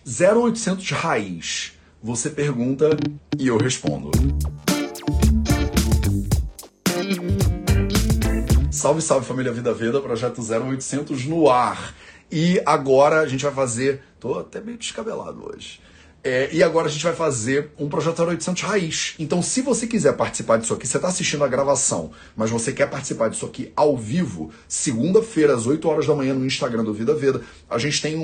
0800 raiz. Você pergunta e eu respondo. Salve, salve família Vida Veda, projeto 0800 no ar. E agora a gente vai fazer... Tô até meio descabelado hoje. E agora a gente vai fazer um projeto 0800 raiz. Então, se você quiser participar disso aqui, você está assistindo a gravação, mas você quer participar disso aqui ao vivo, segunda-feira, às 8 horas da manhã, no Instagram do Vida Veda, a gente tem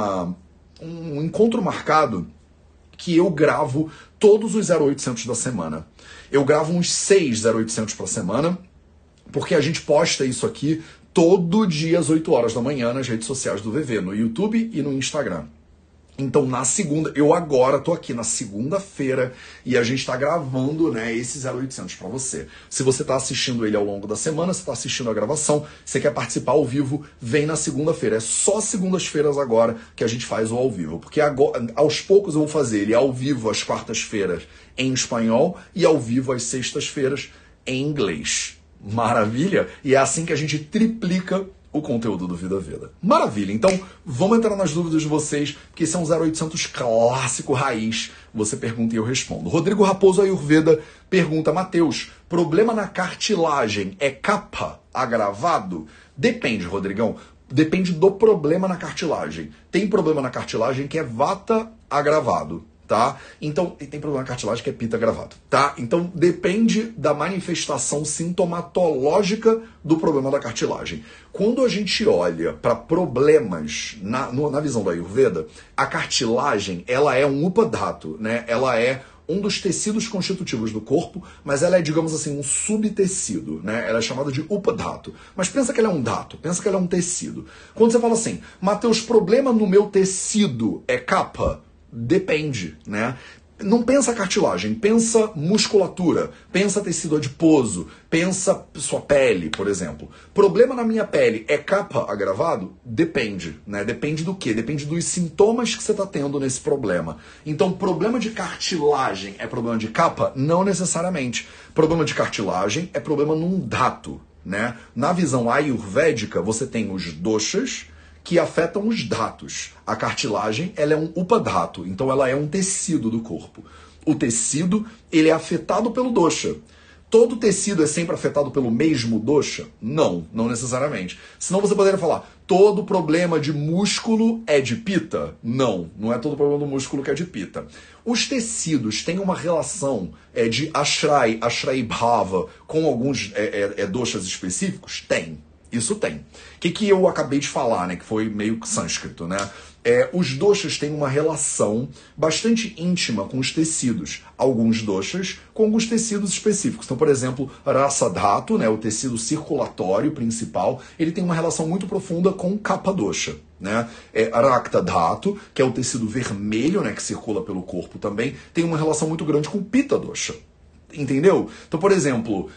um encontro marcado que eu gravo todos os 0800 da semana. Eu gravo uns 6 0800 por semana, porque a gente posta isso aqui todo dia às 8 horas da manhã nas redes sociais do VV, no YouTube e no Instagram. Então, na segunda, eu agora tô aqui na segunda-feira e a gente tá gravando, né, esse 0800 para você. Se você tá assistindo ele ao longo da semana, você tá assistindo a gravação, você quer participar ao vivo, vem na segunda-feira. É só segundas-feiras agora que a gente faz o ao vivo, porque agora, aos poucos eu vou fazer ele ao vivo às quartas-feiras em espanhol e ao vivo às sextas-feiras em inglês. Maravilha? E é assim que a gente triplica o conteúdo do Vida Veda. Maravilha! Então, vamos entrar nas dúvidas de vocês, porque esse é um 0800 clássico raiz. Você pergunta e eu respondo. Rodrigo Raposo Ayurveda pergunta, Matheus, problema na cartilagem é kapha agravado? Depende, Rodrigão. Depende do problema na cartilagem. Tem problema na cartilagem que é vata agravado. Tá? Então, tem problema na cartilagem que é pita agravado, tá? Então, depende da manifestação sintomatológica do problema da cartilagem. Quando a gente olha para problemas na visão da Ayurveda, a cartilagem, ela é um upadhatu, né? Ela é um dos tecidos constitutivos do corpo, mas ela é, digamos assim, um subtecido, né? Ela é chamada de upadhatu. Mas pensa que ela é um dhatu, pensa que ela é um tecido. Quando você fala assim, Matheus, problema no meu tecido é kapha? Depende, né? Não pensa cartilagem, pensa musculatura, pensa tecido adiposo, pensa sua pele, por exemplo. Problema na minha pele é kapha agravado? Depende, né? Depende do quê? Depende dos sintomas que você está tendo nesse problema. Então, problema de cartilagem é problema de kapha? Não necessariamente. Problema de cartilagem é problema num dhatu, né? Na visão ayurvédica, você tem os doshas, que afetam os dhatus. A cartilagem, ela é um upadhatu, então ela é um tecido do corpo. O tecido, ele é afetado pelo dosha. Todo tecido é sempre afetado pelo mesmo dosha? Não, não necessariamente. Senão você poderia falar, todo problema de músculo é de pita? Não, não é todo problema do músculo que é de pita. Os tecidos têm uma relação de ashray bhava com alguns doshas específicos? Tem. Isso tem. O que eu acabei de falar, né? Que foi meio que sânscrito, né? Os doshas têm uma relação bastante íntima com os tecidos. Alguns doshas com alguns tecidos específicos. Então, por exemplo, rasa dhatu, né? O tecido circulatório principal, ele tem uma relação muito profunda com kapha dosha, né? Rakta dhatu, que é o tecido vermelho, né? Que circula pelo corpo também, tem uma relação muito grande com pitta dosha. Entendeu? Então, por exemplo,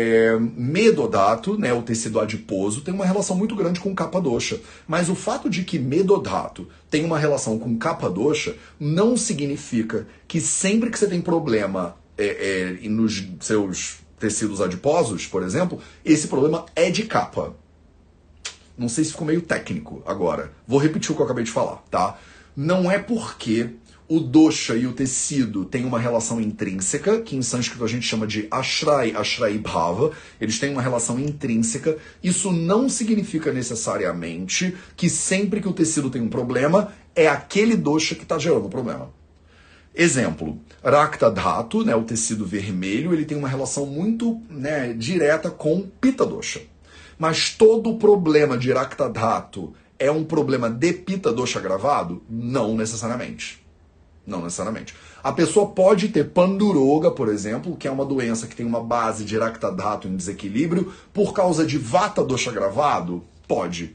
medodato, né, o tecido adiposo, tem uma relação muito grande com kapha dosha. Mas o fato de que medodato tem uma relação com kapha dosha não significa que sempre que você tem problema nos seus tecidos adiposos, por exemplo, esse problema é de kapha. Não sei se ficou meio técnico agora. Vou repetir o que eu acabei de falar, tá? Não é porque o dosha e o tecido têm uma relação intrínseca, que em sânscrito a gente chama de ashray bhava, eles têm uma relação intrínseca. Isso não significa necessariamente que sempre que o tecido tem um problema, é aquele dosha que está gerando o problema. Exemplo, Rakta dhatu, né, o tecido vermelho, ele tem uma relação muito, né, direta com pitta dosha. Mas todo problema de Rakta dhatu é um problema de pitta dosha agravado? Não necessariamente. Não necessariamente. A pessoa pode ter panduroga, por exemplo, que é uma doença que tem uma base de Rakta dhatu em desequilíbrio, por causa de vata dosha agravado? Pode.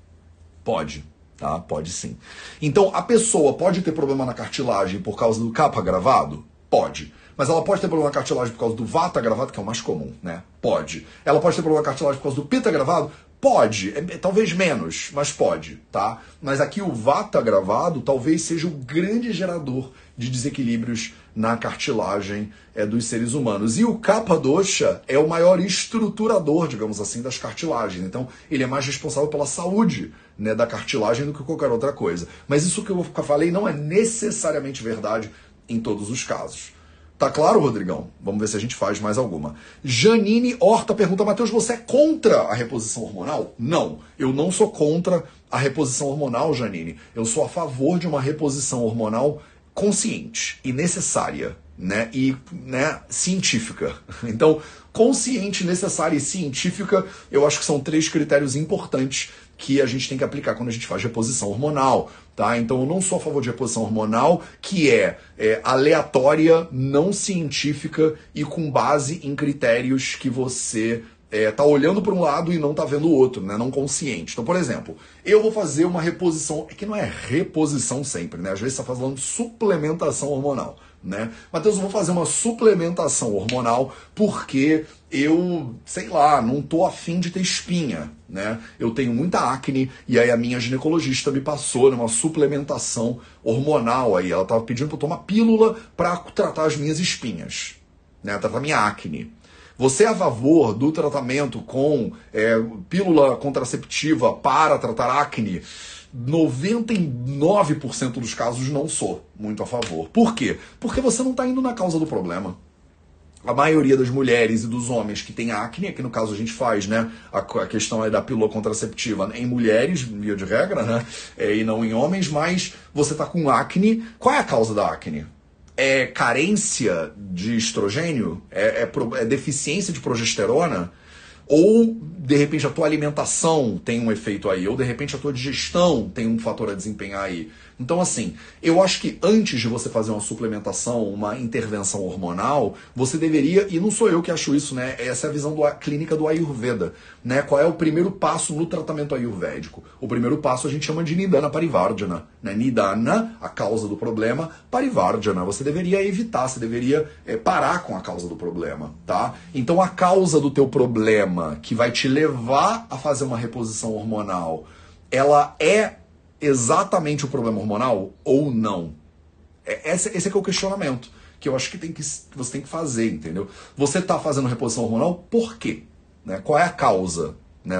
Pode. Tá? Pode sim. Então, a pessoa pode ter problema na cartilagem por causa do kapha agravado? Pode. Mas ela pode ter problema na cartilagem por causa do vata agravado, que é o mais comum, né? Pode. Ela pode ter problema na cartilagem por causa do pitta agravado? Pode, talvez menos, mas pode, tá? Mas aqui o Vata gravado talvez seja o grande gerador de desequilíbrios na cartilagem dos seres humanos. E o Kapha Dosha é o maior estruturador, digamos assim, das cartilagens. Então, ele é mais responsável pela saúde, né, da cartilagem do que qualquer outra coisa. Mas isso que eu falei não é necessariamente verdade em todos os casos. Tá claro, Rodrigão? Vamos ver se a gente faz mais alguma. Janine Horta pergunta, Matheus, você é contra a reposição hormonal? Não, eu não sou contra a reposição hormonal, Janine. Eu sou a favor de uma reposição hormonal consciente e necessária, né? E, né, científica. Então, consciente, necessária e científica, eu acho que são 3 critérios importantes que a gente tem que aplicar quando a gente faz reposição hormonal, tá? Então eu não sou a favor de reposição hormonal que é aleatória, não científica e com base em critérios que você tá olhando para um lado e não tá vendo o outro, né? Não consciente. Então, por exemplo, eu vou fazer uma reposição, que não é reposição sempre, né? Às vezes você tá falando de suplementação hormonal, né? Matheus, eu vou fazer uma suplementação hormonal porque eu, sei lá, não tô afim de ter espinha, né? Eu tenho muita acne e aí a minha ginecologista me passou numa suplementação hormonal aí. Ela tava pedindo para eu tomar pílula para tratar as minhas espinhas, né? Tratar minha acne. Você é a favor do tratamento com pílula contraceptiva para tratar acne? 99% dos casos não sou muito a favor. Por quê? Porque você não está indo na causa do problema. A maioria das mulheres e dos homens que têm acne, aqui no caso a gente faz, né, a questão aí da pílula contraceptiva em mulheres, via de regra, né, e não em homens, mas você está com acne. Qual é a causa da acne? É carência de estrogênio? É deficiência de progesterona? Ou, de repente, a tua alimentação tem um efeito aí, ou, de repente, a tua digestão tem um fator a desempenhar aí. Então, assim, eu acho que antes de você fazer uma suplementação, uma intervenção hormonal, você deveria, e não sou eu que acho isso, né? Essa é a visão clínica do Ayurveda, né? Qual é o primeiro passo no tratamento ayurvédico? O primeiro passo a gente chama de Nidana Parivardhana, né? Nidana, a causa do problema, Parivardhana. Você deveria evitar, você deveria parar com a causa do problema, tá? Então, a causa do teu problema, que vai te levar a fazer uma reposição hormonal, ela é exatamente o problema hormonal ou não? Esse é que é o questionamento que eu acho que você tem que fazer, entendeu? Você está fazendo reposição hormonal por quê? Né? Qual é a causa, né,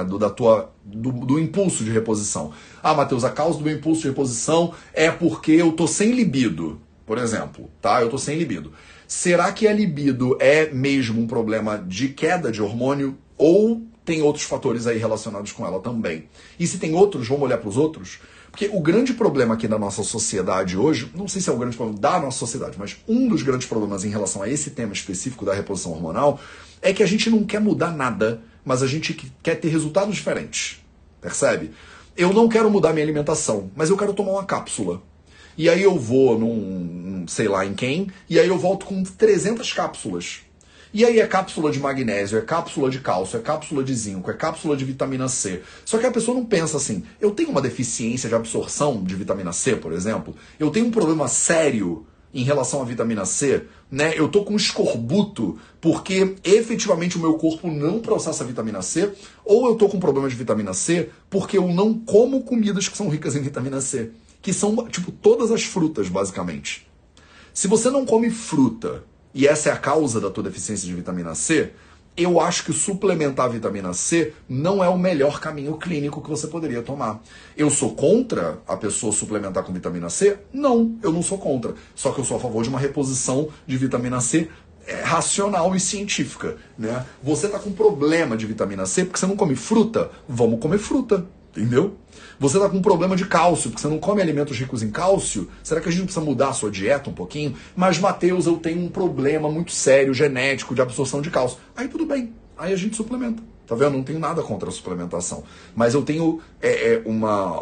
do impulso de reposição? Ah, Matheus, a causa do meu impulso de reposição é porque eu tô sem libido, por exemplo, tá? Eu tô sem libido. Será que a libido é mesmo um problema de queda de hormônio ou tem outros fatores aí relacionados com ela também? E se tem outros, vamos olhar para os outros? Porque o grande problema aqui da nossa sociedade hoje, não sei se é o grande problema da nossa sociedade, mas um dos grandes problemas em relação a esse tema específico da reposição hormonal é que a gente não quer mudar nada, mas a gente quer ter resultados diferentes. Percebe? Eu não quero mudar minha alimentação, mas eu quero tomar uma cápsula. E aí eu vou sei lá em quem, e aí eu volto com 300 cápsulas. E aí é cápsula de magnésio, é cápsula de cálcio, é cápsula de zinco, é cápsula de vitamina C. Só que a pessoa não pensa assim, eu tenho uma deficiência de absorção de vitamina C, por exemplo? Eu tenho um problema sério em relação à vitamina C, né? Eu tô com escorbuto porque efetivamente o meu corpo não processa a vitamina C, ou eu tô com problema de vitamina C porque eu não como comidas que são ricas em vitamina C, que são, tipo, todas as frutas, basicamente. Se você não come fruta, e essa é a causa da tua deficiência de vitamina C, eu acho que suplementar a vitamina C não é o melhor caminho clínico que você poderia tomar. Eu sou contra a pessoa suplementar com vitamina C? Não, eu não sou contra. Só que eu sou a favor de uma reposição de vitamina C racional e científica, né? Você está com problema de vitamina C porque você não come fruta? Vamos comer fruta. Entendeu? Você está com um problema de cálcio, porque você não come alimentos ricos em cálcio. Será que a gente não precisa mudar a sua dieta um pouquinho? Mas, Matheus, eu tenho um problema muito sério, genético, de absorção de cálcio. Aí tudo bem, aí a gente suplementa. Tá vendo? Não tenho nada contra a suplementação. Mas eu tenho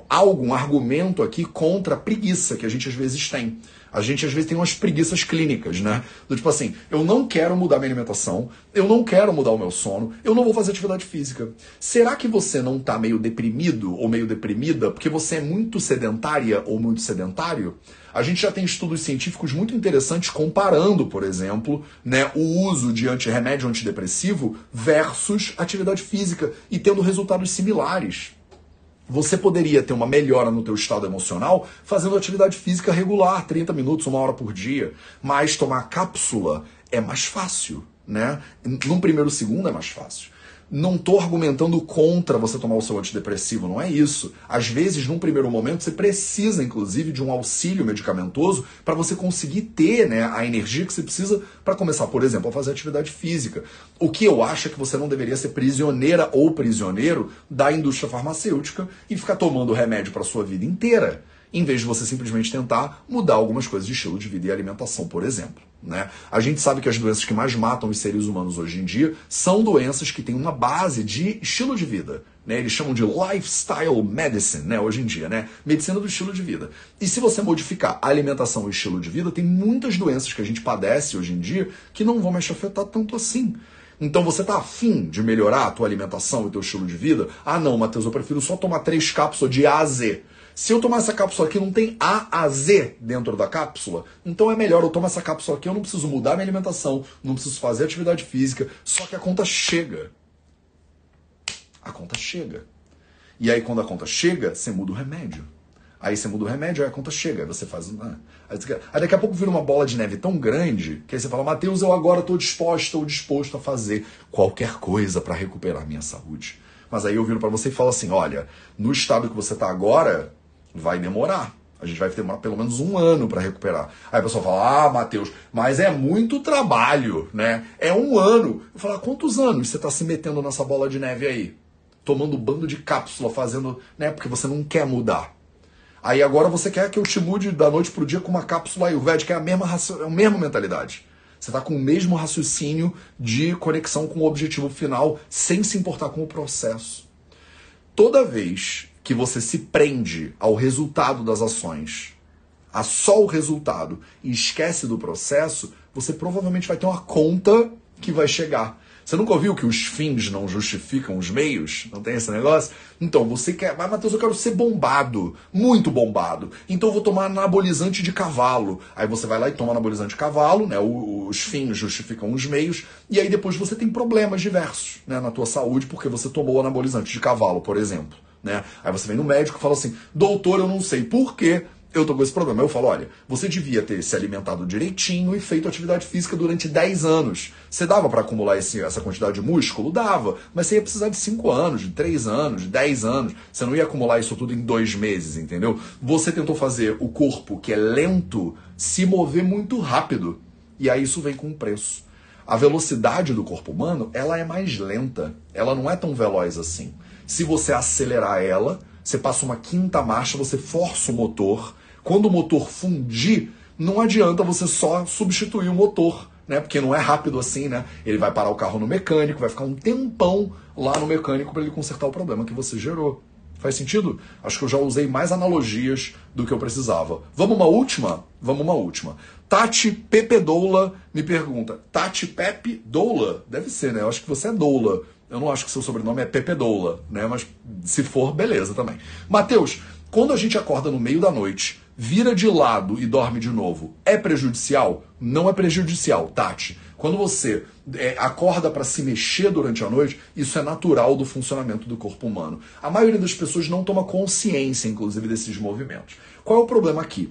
há algum argumento aqui contra a preguiça que a gente às vezes tem. A gente às vezes tem umas preguiças clínicas, né? Do tipo assim, eu não quero mudar minha alimentação, eu não quero mudar o meu sono, eu não vou fazer atividade física. Será que você não tá meio deprimido ou meio deprimida porque você é muito sedentária ou muito sedentário? A gente já tem estudos científicos muito interessantes comparando, por exemplo, né, o uso de remédio antidepressivo versus atividade física e tendo resultados similares. Você poderia ter uma melhora no teu estado emocional fazendo atividade física regular, 30 minutos, 1 hora por dia. Mas tomar cápsula é mais fácil, né? Num primeiro segundo é mais fácil. Não estou argumentando contra você tomar o seu antidepressivo, não é isso. Às vezes, num primeiro momento, você precisa, inclusive, de um auxílio medicamentoso para você conseguir ter, né, a energia que você precisa para começar, por exemplo, a fazer atividade física. O que eu acho é que você não deveria ser prisioneira ou prisioneiro da indústria farmacêutica e ficar tomando remédio para sua vida inteira, em vez de você simplesmente tentar mudar algumas coisas de estilo de vida e alimentação, por exemplo. Né? A gente sabe que as doenças que mais matam os seres humanos hoje em dia são doenças que têm uma base de estilo de vida. Né? Eles chamam de lifestyle medicine, né? Hoje em dia, né? Medicina do estilo de vida. E se você modificar a alimentação e o estilo de vida, tem muitas doenças que a gente padece hoje em dia que não vão mais te afetar tanto assim. Então você tá afim de melhorar a tua alimentação e o teu estilo de vida? Ah não, Matheus, eu prefiro só tomar 3 cápsulas de A a Z. Se eu tomar essa cápsula aqui, não tem A a Z dentro da cápsula, então é melhor eu tomar essa cápsula aqui, eu não preciso mudar minha alimentação, não preciso fazer atividade física, só que a conta chega. A conta chega. E aí quando a conta chega, você muda o remédio. Aí você muda o remédio, aí a conta chega, aí você faz... Aí daqui a pouco vira uma bola de neve tão grande, que aí você fala, Matheus, eu agora estou disposto a fazer qualquer coisa para recuperar minha saúde. Mas aí eu viro para você e falo assim, olha, no estado que você está agora... vai demorar. A gente vai demorar pelo menos 1 ano para recuperar. Aí a pessoa fala, ah, Matheus, mas é muito trabalho, né? É 1 ano. Eu falo, quantos anos você está se metendo nessa bola de neve aí? Tomando bando de cápsula, fazendo, né? Porque você não quer mudar. Aí agora você quer que eu te mude da noite pro dia com uma cápsula ayurvédica, é a mesma mentalidade. Você está com o mesmo raciocínio de conexão com o objetivo final, sem se importar com o processo. Toda vez que você se prende ao resultado das ações, a só o resultado, e esquece do processo, você provavelmente vai ter uma conta que vai chegar. Você nunca ouviu que os fins não justificam os meios? Não tem esse negócio? Então, você quer... Mas, Matheus, eu quero ser bombado. Muito bombado. Então, eu vou tomar anabolizante de cavalo. Aí você vai lá e toma anabolizante de cavalo, né? Os fins justificam os meios. E aí, depois, você tem problemas diversos, né, na tua saúde, porque você tomou anabolizante de cavalo, por exemplo. Né? Aí você vem no médico e fala assim, doutor, eu não sei por quê eu tô com esse problema. Eu falo, olha, você devia ter se alimentado direitinho e feito atividade física durante 10 anos. Você dava para acumular essa quantidade de músculo? Dava, mas você ia precisar de 5 anos, de 3 anos, de 10 anos. Você não ia acumular isso tudo em 2 meses, entendeu? Você tentou fazer o corpo, que é lento, se mover muito rápido. E aí isso vem com um preço. A velocidade do corpo humano, ela é mais lenta. Ela não é tão veloz assim. Se você acelerar ela, você passa uma 5ª marcha, você força o motor. Quando o motor fundir, não adianta você só substituir o motor, né? Porque não é rápido assim, né? Ele vai parar o carro no mecânico, vai ficar um tempão lá no mecânico para ele consertar o problema que você gerou. Faz sentido? Acho que eu já usei mais analogias do que eu precisava. Vamos uma última? Vamos uma última. Tati Pepe Doula me pergunta. Tati Pepe Doula? Deve ser, né? Eu acho que você é Doula. Eu não acho que seu sobrenome é Pepe Doula, né? Mas se for, beleza também. Matheus, quando a gente acorda no meio da noite, vira de lado e dorme de novo, é prejudicial? Não é prejudicial, Tati. Quando você acorda para se mexer durante a noite, isso é natural do funcionamento do corpo humano. A maioria das pessoas não toma consciência, inclusive, desses movimentos. Qual é o problema aqui?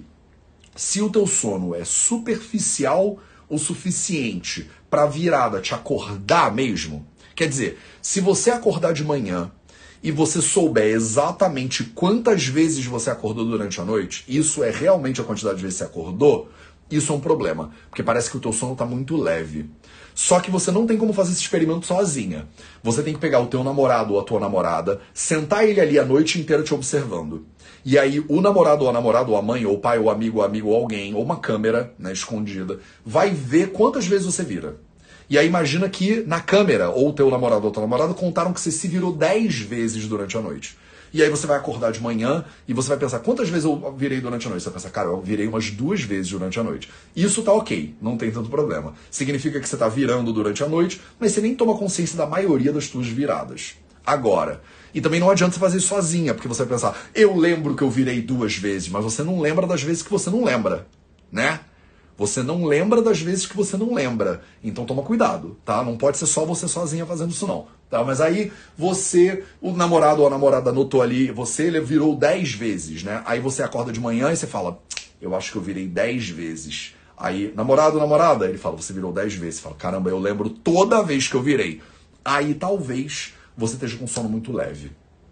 Se o teu sono é superficial o suficiente para a virada te acordar mesmo, quer dizer, se você acordar de manhã e você souber exatamente quantas vezes você acordou durante a noite, isso é realmente a quantidade de vezes que você acordou, isso é um problema, porque parece que o teu sono está muito leve. Só que você não tem como fazer esse experimento sozinha. Você tem que pegar o teu namorado ou a tua namorada, sentar ele ali a noite inteira te observando. E aí o namorado ou a namorada, ou a mãe, ou o pai, ou o amigo, ou alguém, ou uma câmera, né, escondida, vai ver quantas vezes você vira. E aí imagina que na câmera, ou o teu namorado ou tua namorada contaram que você se virou 10 vezes durante a noite. E aí você vai acordar de manhã e você vai pensar, quantas vezes eu virei durante a noite? Você vai pensar, cara, eu virei umas 2 vezes durante a noite. Isso tá ok, não tem tanto problema. Significa que você tá virando durante a noite, mas você nem toma consciência da maioria das suas viradas. Agora, e também não adianta você fazer isso sozinha, porque você vai pensar, eu lembro que eu virei 2 vezes, mas você não lembra das vezes que você não lembra, né? Você não lembra das vezes que você não lembra. Então toma cuidado, tá? Não pode ser só você sozinha fazendo isso não, tá? Mas aí você, o namorado ou a namorada anotou ali, ele virou 10 vezes, né? Aí você acorda de manhã e você fala, eu acho que eu virei 10 vezes. Aí, namorado ou namorada, ele fala, você virou 10 vezes. Você fala, caramba, eu lembro toda vez que eu virei. Aí talvez você esteja com sono muito leve.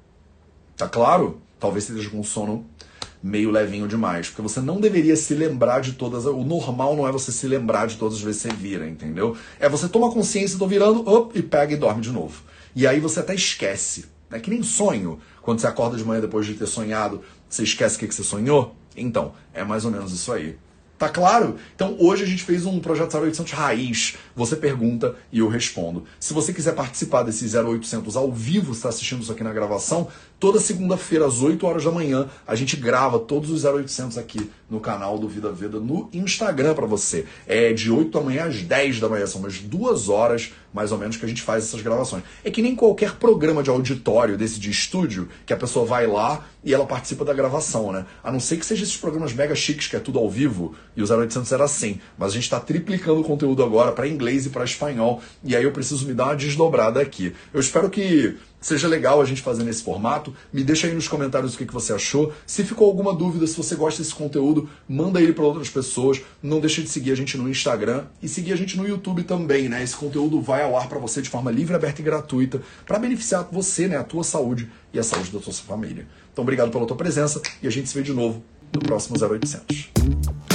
Tá claro? Talvez você esteja com sono meio levinho demais, porque você não deveria se lembrar de todas. O normal não é você se lembrar de todas as vezes que você vira, entendeu? É você toma consciência, tô virando, e pega e dorme de novo. E aí você até esquece. É que nem sonho. Quando você acorda de manhã depois de ter sonhado, você esquece o que você sonhou? Então, é mais ou menos isso aí. Tá claro? Então hoje a gente fez um Projeto 0800 Raiz. Você pergunta e eu respondo. Se você quiser participar desse 0800 ao vivo, você está assistindo isso aqui na gravação, toda segunda-feira às 8 horas da manhã a gente grava todos os 0800 aqui no canal do Vida Veda no Instagram para você. É de 8 da manhã às 10 da manhã, são umas 2 horas mais ou menos que a gente faz essas gravações. É que nem qualquer programa de auditório desse de estúdio, que a pessoa vai lá e ela participa da gravação, né? A não ser que seja esses programas mega chiques, que é tudo ao vivo, e o 0800 era assim. Mas a gente está triplicando o conteúdo agora para inglês e para espanhol, e aí eu preciso me dar uma desdobrada aqui. Eu espero que seja legal a gente fazer nesse formato. Me deixa aí nos comentários o que você achou. Se ficou alguma dúvida, se você gosta desse conteúdo, manda ele para outras pessoas. Não deixe de seguir a gente no Instagram e seguir a gente no YouTube também, né? Esse conteúdo vai ao ar para você de forma livre, aberta e gratuita para beneficiar você, né? A tua saúde e a saúde da tua família. Então, obrigado pela tua presença e a gente se vê de novo no próximo 0800.